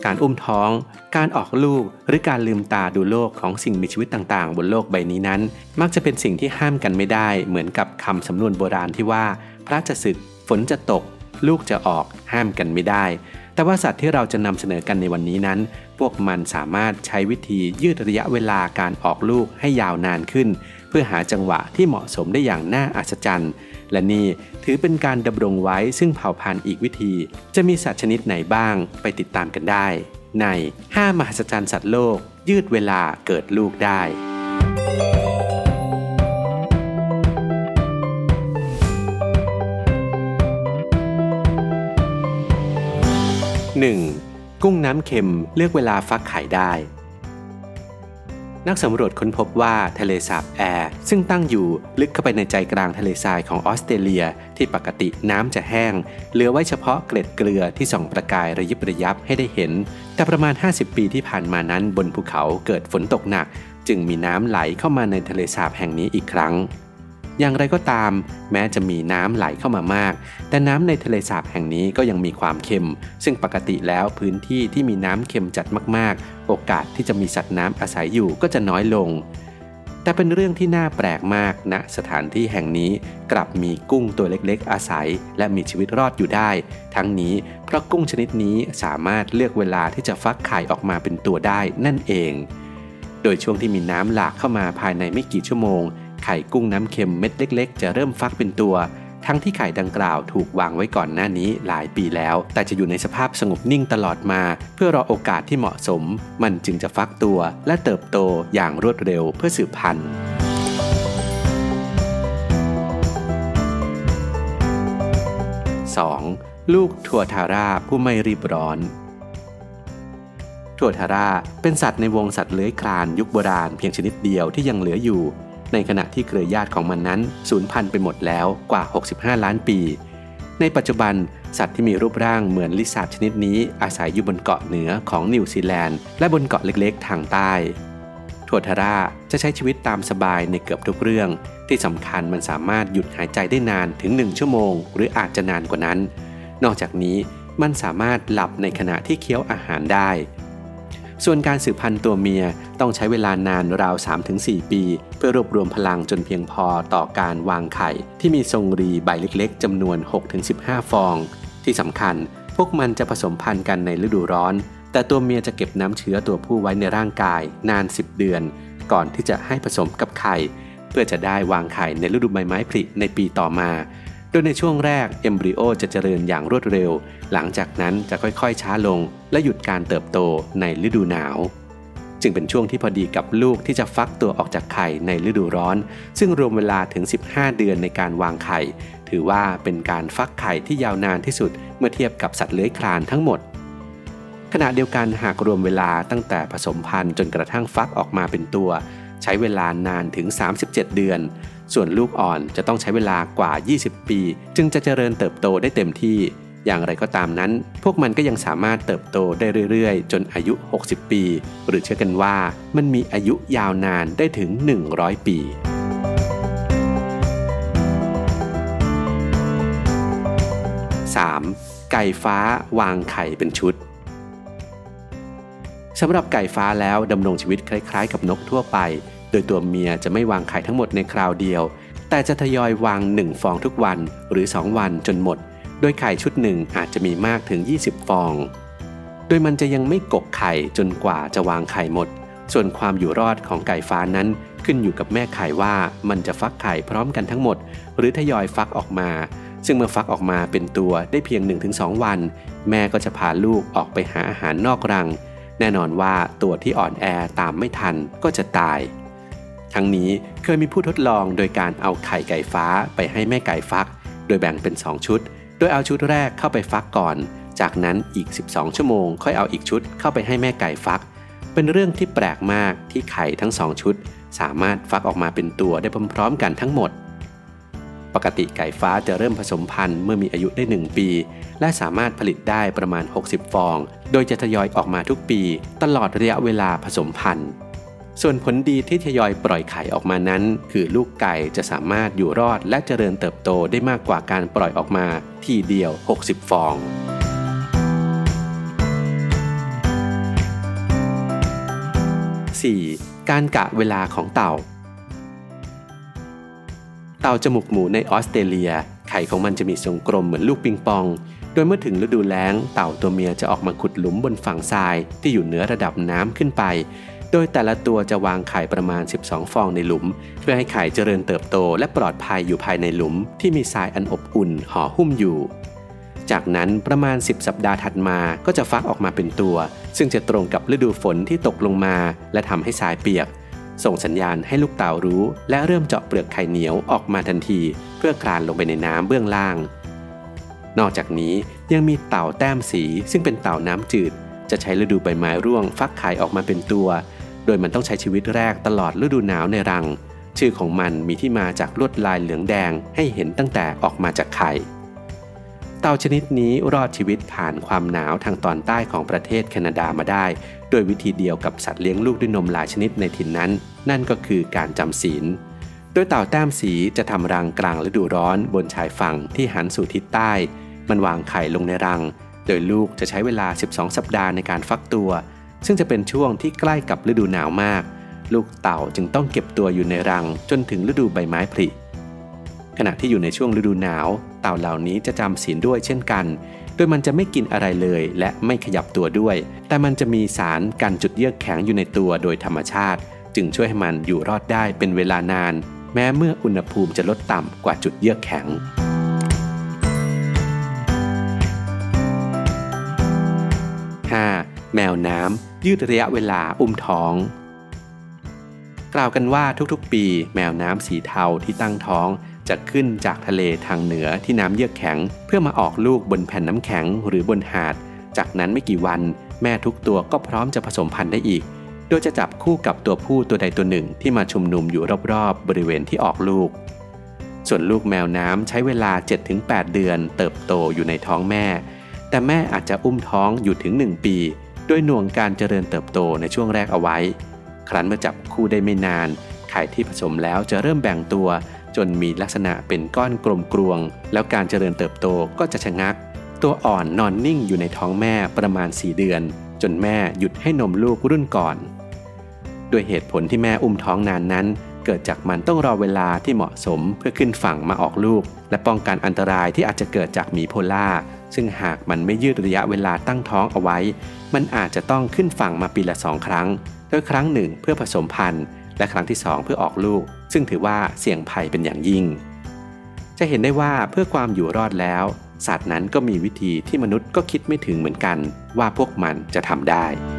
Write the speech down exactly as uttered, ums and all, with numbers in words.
การอุ้มท้องการออกลูกหรือการลืมตาดูโลกของสิ่งมีชีวิตต่างๆบนโลกใบนี้นั้นมักจะเป็นสิ่งที่ห้ามกันไม่ได้เหมือนกับคำสำนวนโบราณที่ว่าพระจะสึกฝนจะตกลูกจะออกห้ามกันไม่ได้แต่ว่าสัตว์ที่เราจะนำเสนอกันในวันนี้นั้นพวกมันสามารถใช้วิธียืดระยะเวลาการออกลูกให้ยาวนานขึ้นเพื่อหาจังหวะที่เหมาะสมได้อย่างน่าอัศจรรย์และนี่ถือเป็นการดำรงไว้ซึ่งเผ่าพันธุ์อีกวิธีจะมีสัตว์ชนิดไหนบ้างไปติดตามกันได้ในห้ามหัศจรรย์สัตว์โลกยืดเวลาเกิดลูกได้หนึ่งกุ้งน้ำเค็มเลือกเวลาฟักไข่ได้นักสำรวจค้นพบว่าทะเลสาบแอร์ซึ่งตั้งอยู่ลึกเข้าไปในใจกลางทะเลทรายของออสเตรเลียที่ปกติน้ำจะแห้งเหลือไว้เฉพาะเกล็ดเกลือที่ส่องประกายระยิบระยับให้ได้เห็นแต่ประมาณห้าสิบปีที่ผ่านมานั้นบนภูเขาเกิดฝนตกหนักจึงมีน้ำไหลเข้ามาในทะเลสาบแห่งนี้อีกครั้งอย่างไรก็ตามแม้จะมีน้ำไหลเข้ามามากแต่น้ำในทะเลสาบแห่งนี้ก็ยังมีความเค็มซึ่งปกติแล้วพื้นที่ที่มีน้ำเค็มจัดมากๆโอกาสที่จะมีสัตว์น้ำอาศัยอยู่ก็จะน้อยลงแต่เป็นเรื่องที่น่าแปลกมากณสถานที่แห่งนี้กลับมีกุ้งตัวเล็กๆอาศัยและมีชีวิตรอดอยู่ได้ทั้งนี้เพราะกุ้งชนิดนี้สามารถเลือกเวลาที่จะฟักไข่ออกมาเป็นตัวได้นั่นเองโดยช่วงที่มีน้ำหลากเข้ามาภายในไม่กี่ชั่วโมงไข่กุ้งน้ำเค็มเม็ดเล็กๆจะเริ่มฟักเป็นตัวทั้งที่ไข่ดังกล่าวถูกวางไว้ก่อนหน้านี้หลายปีแล้วแต่จะอยู่ในสภาพสงบนิ่งตลอดมาเพื่อรอโอกาสที่เหมาะสมมันจึงจะฟักตัวและเติบโตอย่างรวดเร็วเพื่อสืบพันธุ์ สอง. ลูกทัวทาร่าผู้ไม่รีบร้อนทัวทาร่าเป็นสัตว์ในวงสัตว์เลื้อยคลานยุคโบราณเพียงชนิดเดียวที่ยังเหลืออยู่ในขณะที่เครือญาติของมันนั้นสูญพันธุ์ไปหมดแล้วกว่าหกสิบห้าล้านปีในปัจจุบันสัตว์ที่มีรูปร่างเหมือนลิซาร์ดชนิดนี้อาศัยอยู่บนเกาะเหนือของนิวซีแลนด์และบนเกาะเล็กๆทางใต้ทัวทาร่าจะใช้ชีวิตตามสบายในเกือบทุกเรื่องที่สำคัญมันสามารถหยุดหายใจได้นานถึงหนึ่งชั่วโมงหรืออาจจะนานกว่านั้นนอกจากนี้มันสามารถหลับในขณะที่เคี้ยวอาหารได้ส่วนการสืบพันธุ์ตัวเมียต้องใช้เวลานานราว สามถึงสี่ ปีเพื่อรวบรวมพลังจนเพียงพอต่อการวางไข่ที่มีทรงรีใบเล็กๆจำนวน หกถึงสิบห้า ฟองที่สำคัญพวกมันจะผสมพันธุ์กันในฤดูร้อนแต่ตัวเมียจะเก็บน้ำเชื้อตัวผู้ไว้ในร่างกายนานสิบเดือนก่อนที่จะให้ผสมกับไข่เพื่อจะได้วางไข่ในฤดูใบไม้ผลิในปีต่อมาโดยในช่วงแรกเอมบริโอจะเจริญอย่างรวดเร็วหลังจากนั้นจะค่อยๆช้าลงและหยุดการเติบโตในฤดูหนาวจึงเป็นช่วงที่พอดีกับลูกที่จะฟักตัวออกจากไข่ในฤดูร้อนซึ่งรวมเวลาถึงสิบห้าเดือนในการวางไข่ถือว่าเป็นการฟักไข่ที่ยาวนานที่สุดเมื่อเทียบกับสัตว์เลื้อยคลานทั้งหมดขณะเดียวกันหากรวมเวลาตั้งแต่ผสมพันธุ์จนกระทั่งฟักออกมาเป็นตัวใช้เวลานานถึงสามสิบเจ็ดเดือนส่วนลูกอ่อนจะต้องใช้เวลากว่ายี่สิบปีจึงจะเจริญเติบโตได้เต็มที่อย่างไรก็ตามนั้นพวกมันก็ยังสามารถเติบโตได้เรื่อยๆจนอายุหกสิบปีหรือเชื่อกันว่ามันมีอายุยาวนานได้ถึงหนึ่งร้อยปี สาม. ไก่ฟ้าวางไข่เป็นชุดสำหรับไก่ฟ้าแล้วดำรงชีวิตคล้ายๆกับนกทั่วไปโดยตัวเมียจะไม่วางไข่ทั้งหมดในคราวเดียวแต่จะทยอยวางหนึ่งฟองทุกวันหรือสองวันจนหมดโดยไข่ชุดหนึ่งอาจจะมีมากถึงยี่สิบฟองโดยมันจะยังไม่กกไข่จนกว่าจะวางไข่หมดส่วนความอยู่รอดของไก่ฟ้านั้นขึ้นอยู่กับแม่ไข่ว่ามันจะฟักไข่พร้อมกันทั้งหมดหรือทยอยฟักออกมาซึ่งเมื่อฟักออกมาเป็นตัวได้เพียง หนึ่งถึงสอง วันแม่ก็จะพาลูกออกไปหาอาหารนอกรังแน่นอนว่าตัวที่อ่อนแอตามไม่ทันก็จะตายทั้งนี้เคยมีผู้ทดลองโดยการเอาไข่ไก่ฟ้าไปให้แม่ไก่ฟักโดยแบ่งเป็นสองชุดโดยเอาชุดแรกเข้าไปฟักก่อนจากนั้นอีกสิบสองชั่วโมงค่อยเอาอีกชุดเข้าไปให้แม่ไก่ฟักเป็นเรื่องที่แปลกมากที่ไข่ทั้งสองชุดสามารถฟักออกมาเป็นตัวได้พร้อมๆกันทั้งหมดปกติไก่ฟ้าจะเริ่มผสมพันธุ์เมื่อมีอายุได้หนึ่งปีและสามารถผลิตได้ประมาณหกสิบฟองโดยจะทยอยออกมาทุกปีตลอดระยะเวลาผสมพันธุ์ส่วนผลดีที่ทยอยปล่อยไข่ออกมานั้นคือลูกไก่จะสามารถอยู่รอดและเจริญเติบโตได้มากกว่าการปล่อยออกมาทีเดียวหกสิบฟองสี่ การกะเวลาของเต่าเต่าจมูกหมูในออสเตรเลียไข่ของมันจะมีทรงกลมเหมือนลูกปิงปองโดยเมื่อถึงฤดูแล้งเต่าตัวเมียจะออกมาขุดหลุมบนฝั่งทรายที่อยู่เหนือระดับน้ำขึ้นไปโดยแต่ละตัวจะวางไข่ประมาณสิบสองฟองในหลุมเพื่อให้ไข่เจริญเติบโตและปลอดภัยอยู่ภายในหลุมที่มีทรายอันอบอุ่นห่อหุ้มอยู่จากนั้นประมาณสิบสัปดาห์ถัดมาก็จะฟักออกมาเป็นตัวซึ่งจะตรงกับฤดูฝนที่ตกลงมาและทำให้ทรายเปียกส่งสัญญาณให้ลูกเต่ารู้และเริ่มเจาะเปลือกไข่เหนียวออกมาทันทีเพื่อคลานลงไปในน้ำเบื้องล่างนอกจากนี้ยังมีเต่าแต้มสีซึ่งเป็นเต่าน้ำจืดจะใช้ฤดูใบไม้ร่วงฟักไข่ออกมาเป็นตัวโดยมันต้องใช้ชีวิตแรกตลอดฤดูหนาวในรังชื่อของมันมีที่มาจากลวดลายเหลืองแดงให้เห็นตั้งแต่ออกมาจากไข่เต่าชนิดนี้รอดชีวิตผ่านความหนาวทางตอนใต้ของประเทศแคนาดามาได้โดยวิธีเดียวกับสัตว์เลี้ยงลูกด้วยนมหลายชนิดในถิ่นนั้นนั่นก็คือการจำศีลโดยเต่าแต้มสีจะทำรังกลางฤดูร้อนบนชายฝั่งที่หันสู่ทิศใต้มันวางไข่ลงในรังโดยลูกจะใช้เวลาสิบสองสัปดาห์ในการฟักตัวซึ่งจะเป็นช่วงที่ใกล้กับฤดูหนาวมากลูกเต่าจึงต้องเก็บตัวอยู่ในรังจนถึงฤดูใบไม้ผลิขณะที่อยู่ในช่วงฤดูหนาวเต่าเหล่านี้จะจำศีลด้วยเช่นกันโดยมันจะไม่กินอะไรเลยและไม่ขยับตัวด้วยแต่มันจะมีสารกันจุดเยือกแข็งอยู่ในตัวโดยธรรมชาติจึงช่วยให้มันอยู่รอดได้เป็นเวลานานแม้เมื่ออุณหภูมิจะลดต่ำกว่าจุดเยือกแข็ง ห้า. แมวน้ำยืดระยะเวลาอุ้มท้องกล่าวกันว่าทุกๆปีแมวน้ำสีเทาที่ตั้งท้องจะขึ้นจากทะเลทางเหนือที่น้ำเยือกแข็งเพื่อมาออกลูกบนแผ่นน้ำแข็งหรือบนหาดจากนั้นไม่กี่วันแม่ทุกตัวก็พร้อมจะผสมพันธุ์ได้อีกโดยจะจับคู่กับตัวผู้ตัวใดตัวหนึ่งที่มาชุมนุมอยู่รอบๆบริเวณที่ออกลูกส่วนลูกแมวน้ำใช้เวลา เจ็ดถึงแปด เดือนเติบโตอยู่ในท้องแม่แต่แม่อาจจะอุ้มท้องอยู่ถึงหนึ่งปีโดยหน่วงการเจริญเติบโตในช่วงแรกเอาไว้ครั้นเมื่อจับคู่ได้ไม่นานไข่ที่ผสมแล้วจะเริ่มแบ่งตัวจนมีลักษณะเป็นก้อนกลมกลวงแล้วการเจริญเติบโตก็จะชะงักตัวอ่อนนอนนิ่งอยู่ในท้องแม่ประมาณสี่เดือนจนแม่หยุดให้นมลูกรุ่นก่อนด้วยเหตุผลที่แม่อุ้มท้องนานนั้นเกิดจากมันต้องรอเวลาที่เหมาะสมเพื่อขึ้นฝั่งมาออกลูกและป้องกันอันตรายที่อาจจะเกิดจากหมีโพล่าซึ่งหากมันไม่ยืดระยะเวลาตั้งท้องเอาไว้มันอาจจะต้องขึ้นฝั่งมาปีละสองครั้งโดยครั้งหนึ่งเพื่อผสมพันธุ์และครั้งที่สองเพื่อออกลูกซึ่งถือว่าเสี่ยงภัยเป็นอย่างยิ่งจะเห็นได้ว่าเพื่อความอยู่รอดแล้วสัตว์นั้นก็มีวิธีที่มนุษย์ก็คิดไม่ถึงเหมือนกันว่าพวกมันจะทำได้